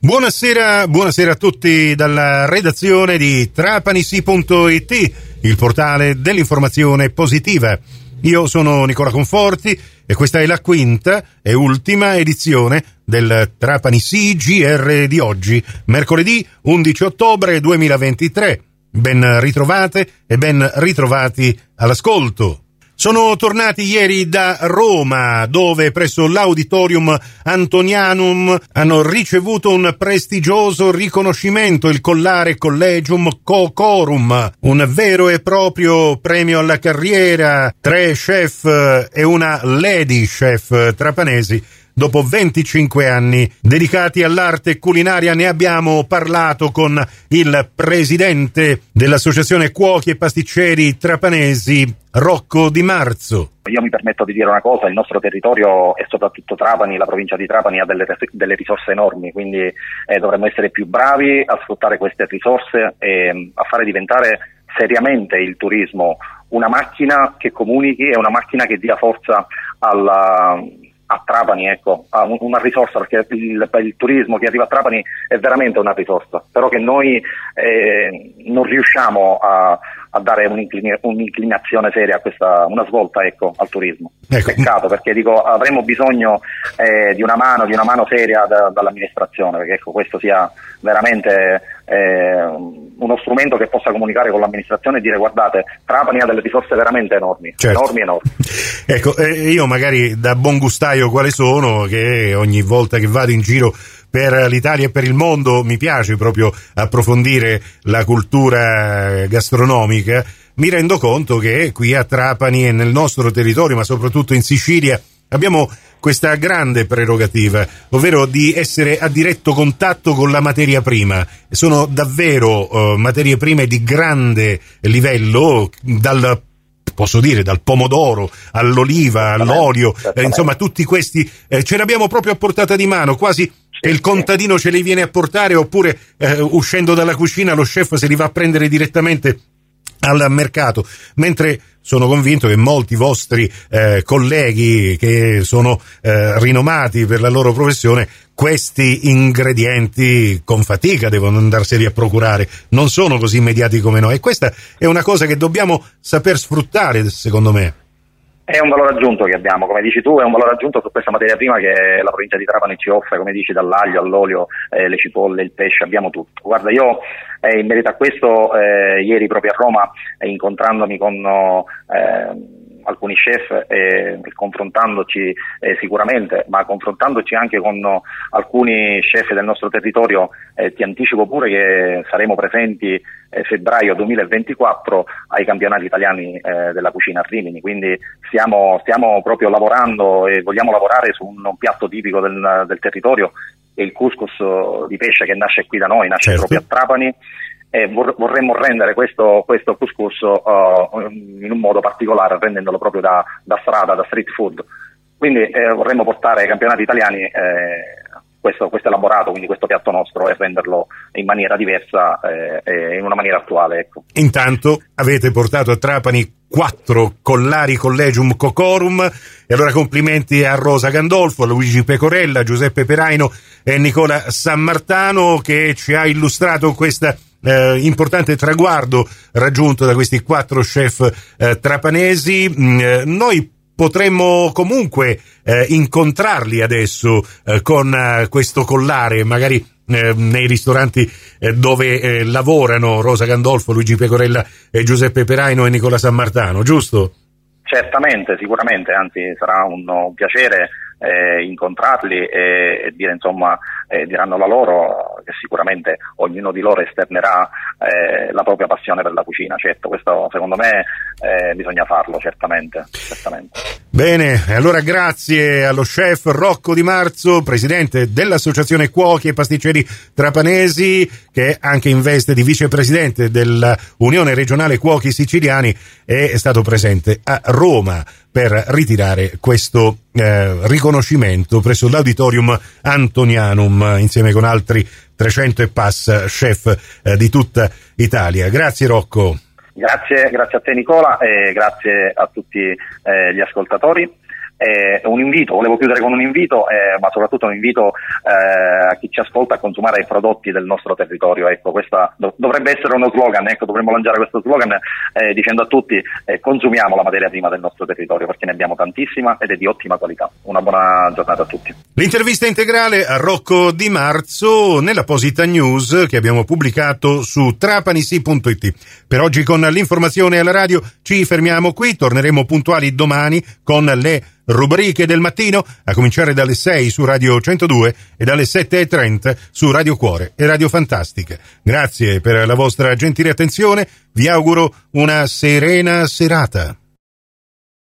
Buonasera a tutti dalla redazione di Trapanisi.it, il portale dell'informazione positiva. Io sono Nicola Conforti e questa è la quinta e ultima edizione del Trapanisi GR di oggi, mercoledì 11 ottobre 2023. Ben ritrovate e ben ritrovati all'ascolto. Sono tornati ieri da Roma, dove presso l'Auditorium Antonianum hanno ricevuto un prestigioso riconoscimento, il collare Collegium Cocorum, un vero e proprio premio alla carriera. 3 chef e una lady chef trapanesi. Dopo 25 anni dedicati all'arte culinaria, ne abbiamo parlato con il presidente dell'Associazione Cuochi e Pasticceri Trapanesi, Rocco Di Marzo. Io mi permetto di dire una cosa: il nostro territorio e soprattutto Trapani, la provincia di Trapani, ha delle risorse enormi, quindi dovremmo essere più bravi a sfruttare queste risorse e a fare diventare seriamente il turismo una macchina che comunichi e una macchina che dia forza a Trapani, ecco, una risorsa, perché il turismo che arriva a Trapani è veramente una risorsa, però che noi non riusciamo a dare un'inclinazione seria a questa, una svolta, ecco, al turismo. Ecco. Peccato, perché dico, avremmo bisogno di una mano seria dall'amministrazione, perché ecco, questo sia veramente uno strumento che possa comunicare con l'amministrazione e dire: guardate, Trapani ha delle risorse veramente enormi, certo. enormi. Ecco, io magari da buon gustaio quale sono, che ogni volta che vado in giro per l'Italia e per il mondo mi piace proprio approfondire la cultura gastronomica, mi rendo conto che qui a Trapani e nel nostro territorio, ma soprattutto in Sicilia, abbiamo questa grande prerogativa, ovvero di essere a diretto contatto con la materia prima. Sono davvero materie prime di grande livello, dal pomodoro all'oliva, all'olio, insomma tutti questi ce l'abbiamo proprio a portata di mano, quasi che il contadino ce li viene a portare, oppure uscendo dalla cucina lo chef se li va a prendere direttamente al mercato, mentre sono convinto che molti vostri colleghi che sono rinomati per la loro professione questi ingredienti con fatica devono andarseli a procurare, non sono così immediati come noi, e questa è una cosa che dobbiamo saper sfruttare, secondo me. È un valore aggiunto che abbiamo, come dici tu, è un valore aggiunto su questa materia prima che la provincia di Trapani ci offre, come dici, dall'aglio all'olio, le cipolle, il pesce, abbiamo tutto. Guarda, io in merito a questo, ieri proprio a Roma, incontrandomi con alcuni chef e confrontandoci sicuramente, ma confrontandoci anche con alcuni chef del nostro territorio, ti anticipo pure che saremo presenti febbraio 2024 ai campionati italiani della cucina a Rimini, quindi stiamo proprio lavorando e vogliamo lavorare su un piatto tipico del territorio, che è il couscous di pesce, che nasce qui da noi, nasce proprio a Trapani. E vorremmo rendere questo couscous in un modo particolare, rendendolo proprio da strada, da street food. Quindi vorremmo portare ai campionati italiani questo elaborato, quindi questo piatto nostro, e renderlo in maniera diversa e in una maniera attuale, ecco. Intanto avete portato a Trapani 4 collari Collegium Cocorum, e allora complimenti a Rosa Gandolfo, a Luigi Pecorella, a Giuseppe Peraino e Nicola Sammartano, che ci ha illustrato questa importante traguardo raggiunto da questi 4 chef trapanesi. Noi potremmo comunque incontrarli adesso con questo collare, magari nei ristoranti dove lavorano Rosa Gandolfo, Luigi Pecorella e Giuseppe Peraino e Nicola Sammartano, giusto? Certamente, sicuramente, anzi sarà un piacere incontrarli e dire, insomma, diranno la loro, che sicuramente ognuno di loro esternerà la propria passione per la cucina. Certo, questo secondo me bisogna farlo, certamente. Bene, allora grazie allo chef Rocco Di Marzo, presidente dell'Associazione Cuochi e Pasticceri Trapanesi, che anche in veste di vicepresidente dell'Unione Regionale Cuochi Siciliani è stato presente a Roma per ritirare questo riconoscimento presso l'Auditorium Antonianum insieme con altri 300 e passa chef di tutta Italia. Grazie Rocco. Grazie a te Nicola e grazie a tutti gli ascoltatori. un invito, volevo chiudere con un invito, ma soprattutto un invito a chi ci ascolta a consumare i prodotti del nostro territorio. Ecco, questa dovrebbe essere uno slogan, ecco, dovremmo lanciare questo slogan dicendo a tutti consumiamo la materia prima del nostro territorio, perché ne abbiamo tantissima ed è di ottima qualità. Una buona giornata a tutti. L'intervista integrale a Rocco Di Marzo nell'apposita news che abbiamo pubblicato su trapanisi.it. Per oggi con l'informazione alla radio ci fermiamo qui, torneremo puntuali domani con le rubriche del mattino, a cominciare dalle 6 su Radio 102 e dalle 7:30 su Radio Cuore e Radio Fantastica. Grazie per la vostra gentile attenzione, vi auguro una serena serata.